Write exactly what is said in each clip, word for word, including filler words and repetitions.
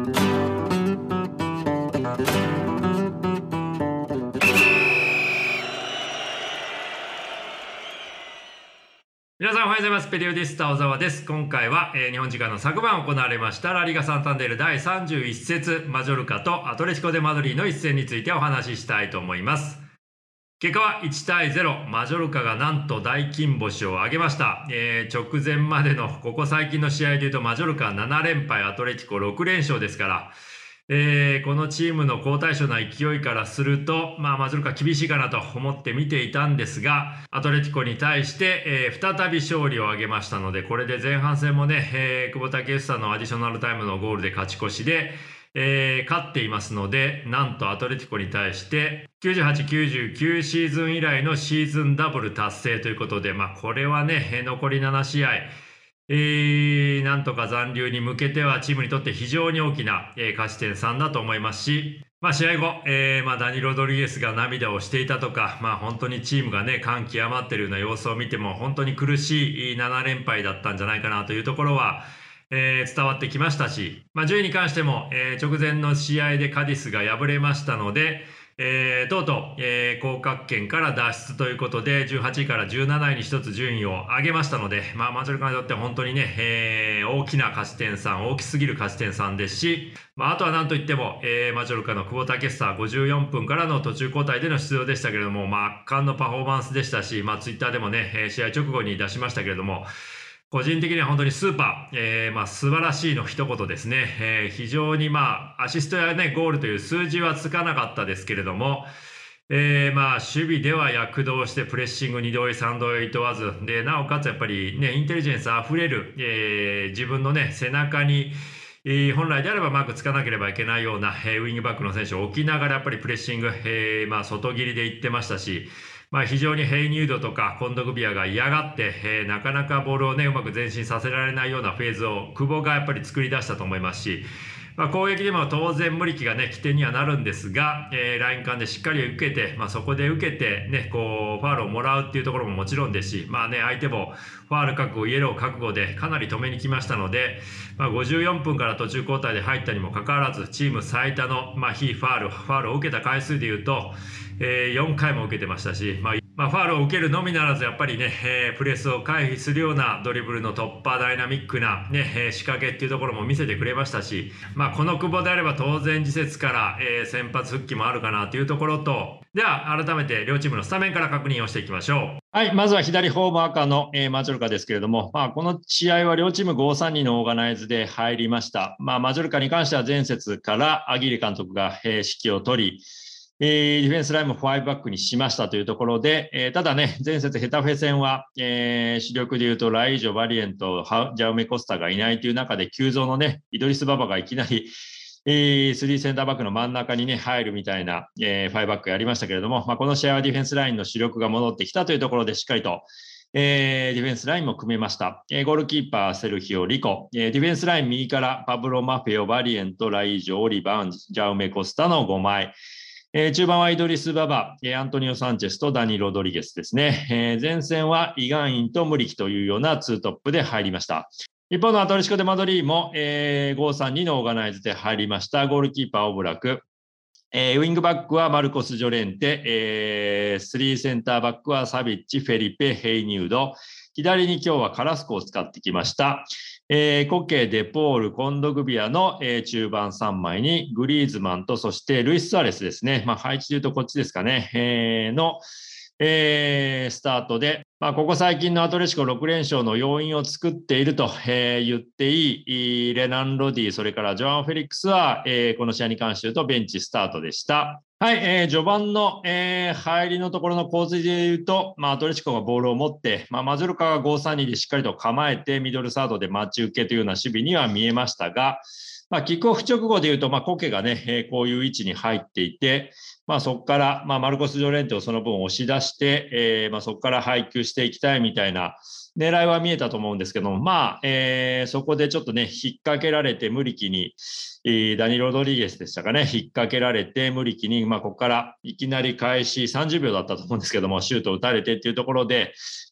皆さんおはようございます。ペリオディスタ小沢です。今回は、えー、日本時間の昨晩行われましたラリガ・サンタンデールだいさんじゅういっ節マジョルカとアトレティコ・デ・マドリーの一戦についてお話ししたいと思います。結果はいちたいゼロ、マジョルカがなんと大金星を挙げました。えー、直前までのここ最近の試合でいうとマジョルカなな連敗、アトレティコろく連勝ですから、えー、このチームの好対照な勢いからすると、まあ、マジョルカ厳しいかなと思って見ていたんですが、アトレティコに対して、えー、再び勝利を挙げましたので、これで前半戦もね、えー、久保建英のアディショナルタイムのゴールで勝ち越しで、えー、勝っていますので、なんとアトレティコに対してきゅうじゅうはち、きゅうじゅうきゅうシーズン以来のシーズンダブル達成ということで、まあ、これはね、残りなな試合、えー、なんとか残留に向けてはチームにとって非常に大きな、えー、勝ち点さんだと思いますし、まあ、試合後、えーまあ、ダニ・ロドリゲスが涙をしていたとか、まあ、本当にチームがね感極まっているような様子を見ても本当に苦しいなな連敗だったんじゃないかなというところは、えー、伝わってきましたし、まあ、順位に関しても、えー、直前の試合でカディスが敗れましたので、えー、とうとう、えー、降格圏から脱出ということでじゅうはちいからじゅうなないに一つ順位を上げましたので、まあ、マジョルカにとって本当にね、えー、大きな勝ち点さん、大きすぎる勝ち点さんですし、まあ、あとは何といっても、えー、マジョルカの久保建英ごじゅうよんぷんからの途中交代での出場でしたけれども、まあ、圧巻のパフォーマンスでしたし、まあ、ツイッターでもね試合直後に出しましたけれども、個人的には本当にスーパー、えー、まあ素晴らしいの一言ですね。えー、非常にまあアシストやねゴールという数字はつかなかったですけれども、えー、まあ守備では躍動してプレッシングにどいさんどい問わずで、なおかつやっぱりねインテリジェンスあふれる、えー、自分のね背中に、えー、本来であればマークつかなければいけないような、えー、ウィングバックの選手を置きながらやっぱりプレッシング、えー、まあ外切りでいってましたし、まあ、非常にヘイニュードとかコンドグビアが嫌がって、えー、なかなかボールをねうまく前進させられないようなフェーズを久保がやっぱり作り出したと思いますし、まあ、攻撃でも当然無力がね起点にはなるんですが、えー、ライン間でしっかり受けて、まあ、そこで受けてねこうファウルをもらうっていうところももちろんですし、まあね相手もファウル覚悟イエロー覚悟でかなり止めに来ましたので、まあ、ごじゅうよんぷんから途中交代で入ったにもかかわらずチーム最多の、まあ、非ファウルファウルを受けた回数でいうと、えー、よんかいも受けてましたし、まあまあ、ファウルを受けるのみならずやっぱりね、えー、プレスを回避するようなドリブルの突破ダイナミックな、ねえー、仕掛けっていうところも見せてくれましたし、まあ、この久保であれば当然次節から、えー、先発復帰もあるかなというところと、では改めて両チームのスタメンから確認をしていきましょう。はい、まずは左ホーム赤の、えー、マジョルカですけれども、まあ、この試合は両チームごさんにのオーガナイズで入りました。まあ、マジョルカに関しては前節からアギリ監督が、えー、指揮を取り、えー、ディフェンスラインもファイブバックにしましたというところで、えー、ただね、前節ヘタフェ戦は、えー、主力でいうとライージョ、バリエント、ジャウメ・コスタがいないという中で、急増のね、イドリス・ババがいきなり、えー、スリーセンターバックの真ん中にね、入るみたいな、えー、ファイブバックやりましたけれども、まあ、この試合はディフェンスラインの主力が戻ってきたというところで、しっかりと、えー、ディフェンスラインも組めました。えー、ゴールキーパー、セルヒオ・リコ、えー、ディフェンスライン右からパブロ・マフェオ、バリエント、ライージョ、オリバン、ジャウメ・コスタのごまい。えー、中盤はイドリス・ババ、えー、アントニオ・サンチェスとダニ・ロドリゲスですね。えー、前線はイガンインとムリキというようなツートップで入りました。一方のアトレチコ・デ・マドリーも、えー、ごさんにのオーガナイズで入りました。ゴールキーパー、オブラク。えー、ウィングバックはマルコス・ジョレンテ。えー、スリーセンターバックはサビッチ、フェリペ、ヘイニュード。左に今日はカラスコを使ってきました。えー、コケ、デポール、コンドグビアの、えー、中盤さんまいにグリーズマンとそしてルイス・スアレスですね。まあ、配置でいうとこっちですかね。えー、の、えー、スタートで、まあ、ここ最近のアトレチコろく連勝の要因を作っていると、えー、言っていいレナン・ロディ、それからジョアン・フェリックスは、えー、この試合に関して言うとベンチスタートでした。はい、えー、序盤の、えー、入りのところの構図で言うと、まあ、アトレチコがボールを持って、まあ、マジョルカがごさんにでしっかりと構えて、ミドルサードで待ち受けというような守備には見えましたが、まあ、キックオフ直後で言うと、まあ、コケがね、えー、こういう位置に入っていて、まあ、そこから、まあ、マルコス・ジョレンテをその分押し出して、えーまあ、そこから配球していきたいみたいな狙いは見えたと思うんですけども、まあ、えー、そこでちょっとね、引っ掛けられて無力に、えー、ダニ・ロドリゲスでしたかね、引っ掛けられて無力に、まあ、ここからいきなり開始さんじゅうびょうだったと思うんですけども、シュート打たれてっていうところで、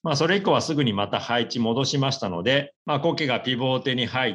まあ、それ以降はすぐにまた配置戻しましたので、まあ、コケがピボーテに入って、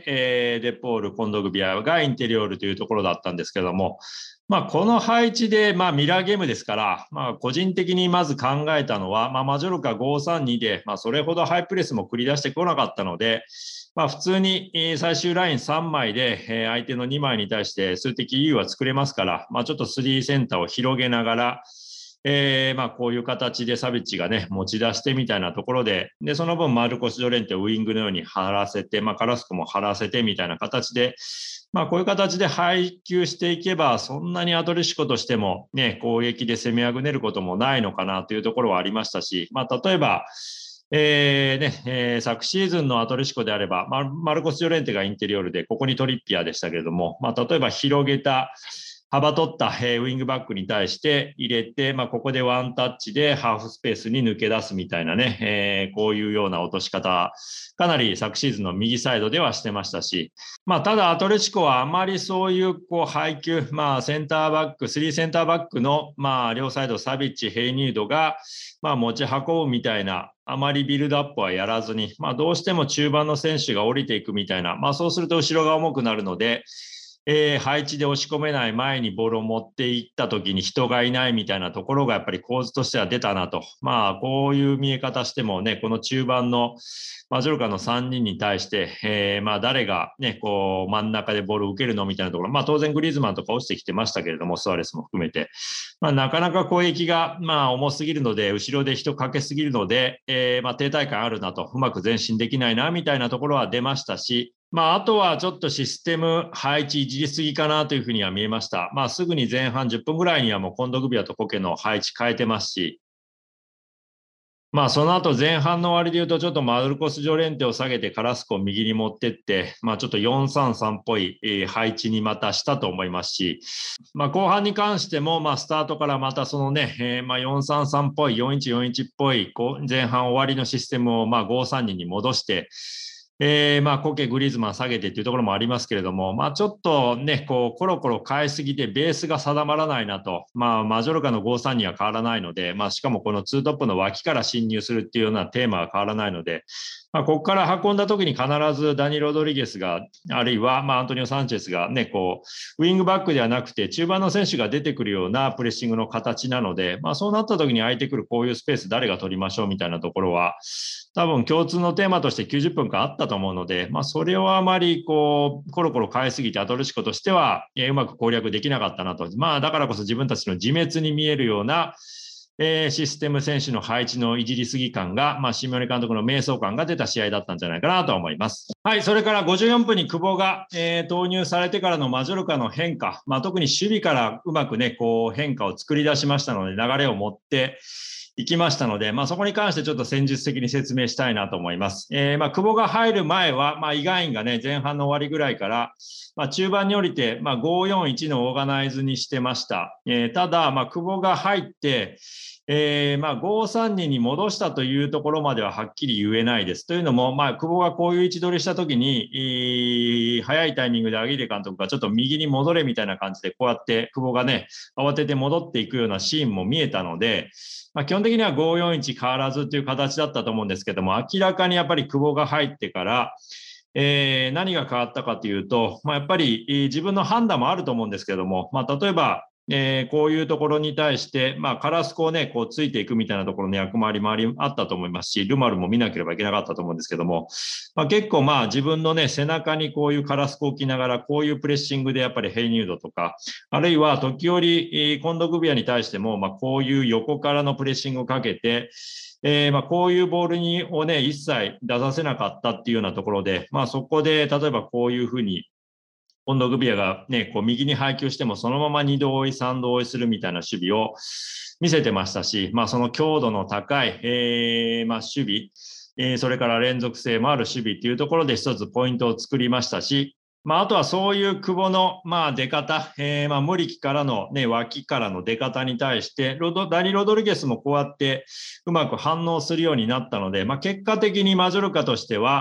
えー、デポール、コンドグビアがインテリオールというところだったんですけども、まあ、この配置で、まあ、ミラーゲームですから、まあ、個人的にまず考えたのは、まあ、マジョルカごさんにで、まあ、それほどハイプレスも繰り出してこなかったので、まあ、普通に最終ラインさんまいで相手のにまいに対して数的優位は作れますから、まあ、ちょっとスリーセンターを広げながら、えー、まあこういう形でサビッチがね、持ち出してみたいなところで、で、その分マルコス・ジョレンテをウイングのように張らせて、まあカラスコも張らせてみたいな形で、まあこういう形で配球していけば、そんなにアトレシコとしてもね、攻撃で攻めあぐねることもないのかなというところはありましたし、まあ例えば、えーねえー、昨シーズンのアトレシコであれば、まあ、マルコス・ジョレンテがインテリオールで、ここにトリッピアでしたけれども、まあ例えば広げた、幅取った、えー、ウィングバックに対して入れて、まあ、ここでワンタッチでハーフスペースに抜け出すみたいなね、えー、こういうような落とし方、かなり昨シーズンの右サイドではしてましたし、まあ、ただアトレチコはあまりそういうこう配球、まあ、センターバック、スリーセンターバックの、まあ、両サイド、サビッチ、ヘイニュードが、まあ、持ち運ぶみたいな、あまりビルドアップはやらずに、まあ、どうしても中盤の選手が降りていくみたいな、まあ、そうすると後ろが重くなるので、えー、配置で押し込めない前にボールを持っていった時に人がいないみたいなところがやっぱり構図としては出たなと。まあ、こういう見え方してもね、この中盤のマジョルカのさんにんに対して、えー、まあ誰がね、こう真ん中でボールを受けるのみたいなところ、まあ当然グリーズマンとか落ちてきてましたけれども、スアレスも含めて。まあなかなか攻撃がまあ重すぎるので、後ろで人かけすぎるので、えー、まあ停滞感あるなと、うまく前進できないなみたいなところは出ましたし、まあ、あとはちょっとシステム配置いじりすぎかなというふうには見えました。まあ、すぐに前半じゅっぷんぐらいにはもうコンドグビアとコケの配置変えてますし、まあ、その後前半の終わりで言うと、ちょっとマルコス・ジョレンテを下げてカラスコを右に持ってって、まあ、ちょっとよんさんさんっぽい配置にまたしたと思いますし、まあ、後半に関しても、まあ、スタートからまたそのね、えー、まあよんさんさんっぽい、よんいちよんいちっぽい、こう前半終わりのシステムをまあごさんにに戻して、えー、まあ、コケ、グリーズマン下げてっていうところもありますけれども、まあ、ちょっとね、こう、コロコロ変えすぎてベースが定まらないなと、まあ、マジョルカのごさんには変わらないので、まあ、しかもこのツートップの脇から侵入するっていうようなテーマは変わらないので、まあ、ここから運んだ時に必ずダニ・ロドリゲスが、あるいは、まあ、アントニオ・サンチェスがね、こう、ウィングバックではなくて、中盤の選手が出てくるようなプレッシングの形なので、まあ、そうなった時に空いてくるこういうスペース誰が取りましょうみたいなところは、多分共通のテーマとしてきゅうじゅっぷんかんあったと思うので、まあ、それをあまりこう、コロコロ変えすぎて、アトレシコとしては、うまく攻略できなかったなと。まあ、だからこそ自分たちの自滅に見えるような、えー、システム選手の配置のいじりすぎ感が、まあ、シミョネ監督の迷走感が出た試合だったんじゃないかなと思います。はい、それからごじゅうよんぷんに久保が、えー、投入されてからのマジョルカの変化、まあ、特に守備からうまくね、こう変化を作り出しましたので、流れを持って、行きましたので、まあ、そこに関してちょっと戦術的に説明したいなと思います。えー、まあ、久保が入る前は、まあ、イガインがね、前半の終わりぐらいから、まあ、中盤に降りて、まあ、ごよんいちのオーガナイズにしてました。えー、ただ、まあ、久保が入って、えー、まあごさんにに戻したというところまでははっきり言えないです。というのも、まあ、久保がこういう位置取りしたときに、えー、早いタイミングでアギレ監督がちょっと右に戻れみたいな感じで、こうやって久保がね、慌てて戻っていくようなシーンも見えたので、まあ、基本的にはごよんいち変わらずという形だったと思うんですけども、明らかにやっぱり久保が入ってから、えー、何が変わったかというと、まあ、やっぱり自分の判断もあると思うんですけども、まあ、例えば、えー、こういうところに対して、まあ、カラスコをね、こうついていくみたいなところの役回りもありあったと思いますし、ルマルも見なければいけなかったと思うんですけども、まあ、結構まあ自分のね、背中にこういうカラスコを置きながら、こういうプレッシングでやっぱりヘイニュードとか、あるいは時折、コンドグビアに対しても、まあ、こういう横からのプレッシングをかけて、えー、まあこういうボールにをね、一切出させなかったっていうようなところで、まあそこで、例えばこういうふうに、コンドグビアがね、こう右に配球してもそのままにど追い、さんど追いするみたいな守備を見せてましたし、まあその強度の高い、えー、まあ守備、えー、それから連続性もある守備っていうところで一つポイントを作りましたし、まああとはそういう久保のまあ出方、えー、まあ無力からのね、脇からの出方に対して、ロドダニ・ロドリゲスもこうやってうまく反応するようになったので、まあ結果的にマジョルカとしては、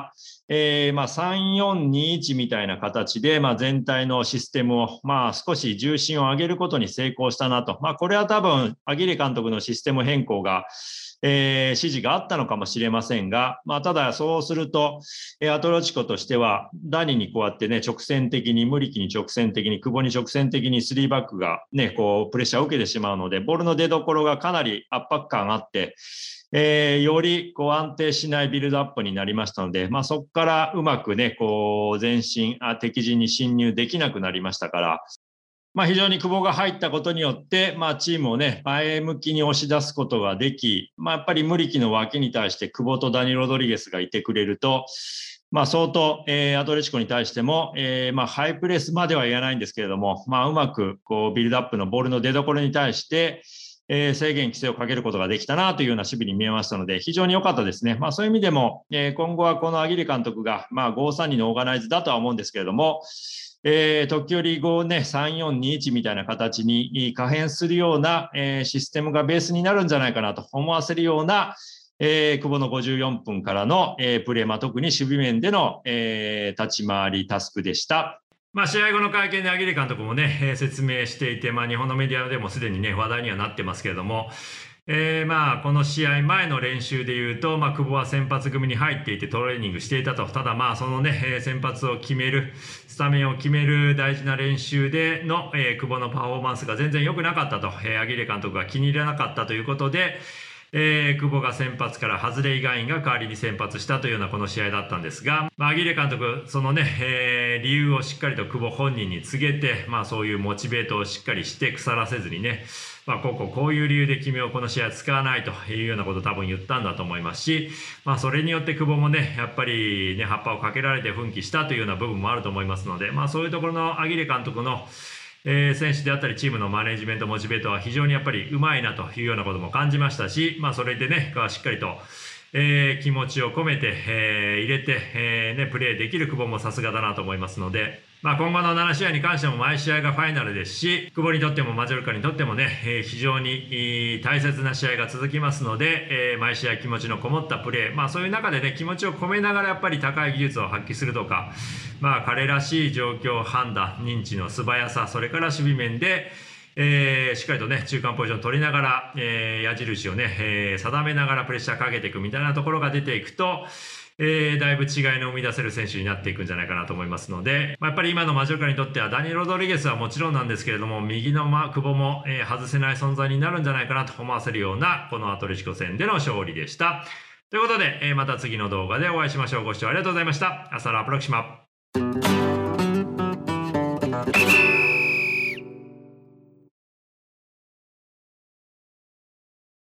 えー、まあさんよんにいちみたいな形で、まあ、全体のシステムを、まあ、少し重心を上げることに成功したなと。まあ、これは多分、アギレ監督のシステム変更が、えー、指示があったのかもしれませんが、まあ、ただそうすると、えー、アトレチコとしては、ダニにこうやってね、直線的に、無力に直線的に、久保に直線的にスリーバックがね、こう、プレッシャーを受けてしまうので、ボールの出所がかなり圧迫感があって、えー、よりこう安定しないビルドアップになりましたので、まあ、そこからうまくね、こう前進あ、敵陣に侵入できなくなりましたから、まあ、非常に久保が入ったことによって、まあ、チームをね、前向きに押し出すことができ、まあ、やっぱり無力の脇に対して久保とダニ・ロドリゲスがいてくれると、まあ、相当、えー、アトレチコに対しても、えー、まあ、ハイプレスまでは言わないんですけれども、まあ、うまくこうビルドアップのボールの出所に対して、えー、制限規制をかけることができたなというような守備に見えましたので、非常に良かったですね。まあそういう意味でも、えー、今後はこのアギレ監督が、まあごさんにのオーガナイズだとは思うんですけれども、えー、時折ごね、さんよんにいちみたいな形に可変するような、えー、システムがベースになるんじゃないかなと思わせるような、えー、久保のごじゅうよんぷんからの、えー、プレー、まあ、特に守備面での、えー、立ち回りタスクでした。まあ、試合後の会見でアギレ監督もね、えー、説明していて、まあ、日本のメディアでもすでにね、話題にはなってますけれども、えー、まあこの試合前の練習でいうと、まあ、久保は先発組に入っていてトレーニングしていたと。ただまあそのね、えー、先発を決める、スタメンを決める大事な練習での、えー、久保のパフォーマンスが全然良くなかったと、えー、アギレ監督が気に入らなかったということで、えー、久保が先発から外れ以外が代わりに先発したというようなこの試合だったんですが、まあ、アギレ監督、そのね、えー、理由をしっかりと久保本人に告げて、まあそういうモチベートをしっかりして腐らせずにね、まあ、こうこうこういう理由で君をこの試合使わないというようなことを多分言ったんだと思いますし、まあそれによって久保もね、やっぱりね、葉っぱをかけられて奮起したというような部分もあると思いますので、まあそういうところのアギレ監督のえー、選手であったりチームのマネジメント、モチベートは非常にやっぱりうまいなというようなことも感じましたし、まあそれでね、しっかりと、えー、気持ちを込めて、えー、入れて、えーね、プレーできる久保もさすがだなと思いますので、まあ、今後のなな試合に関しても毎試合がファイナルですし、久保にとってもマジョルカにとってもね、えー、非常に大切な試合が続きますので、えー、毎試合気持ちのこもったプレー、まあそういう中でね、気持ちを込めながらやっぱり高い技術を発揮するとか、まあ彼らしい状況判断、認知の素早さ、それから守備面で、えー、しっかりとね、中間ポジションを取りながら、えー、矢印をね、えー、定めながらプレッシャーかけていくみたいなところが出ていくと、えー、だいぶ違いの生み出せる選手になっていくんじゃないかなと思いますので、まあ、やっぱり今のマジョルカにとってはダニ・ロドリゲスはもちろんなんですけれども、右の、ま、久保も、えー、外せない存在になるんじゃないかなと思わせるようなこのアトレチコ戦での勝利でした。ということで、えー、また次の動画でお会いしましょう。ご視聴ありがとうございました。アサラプロキシマ。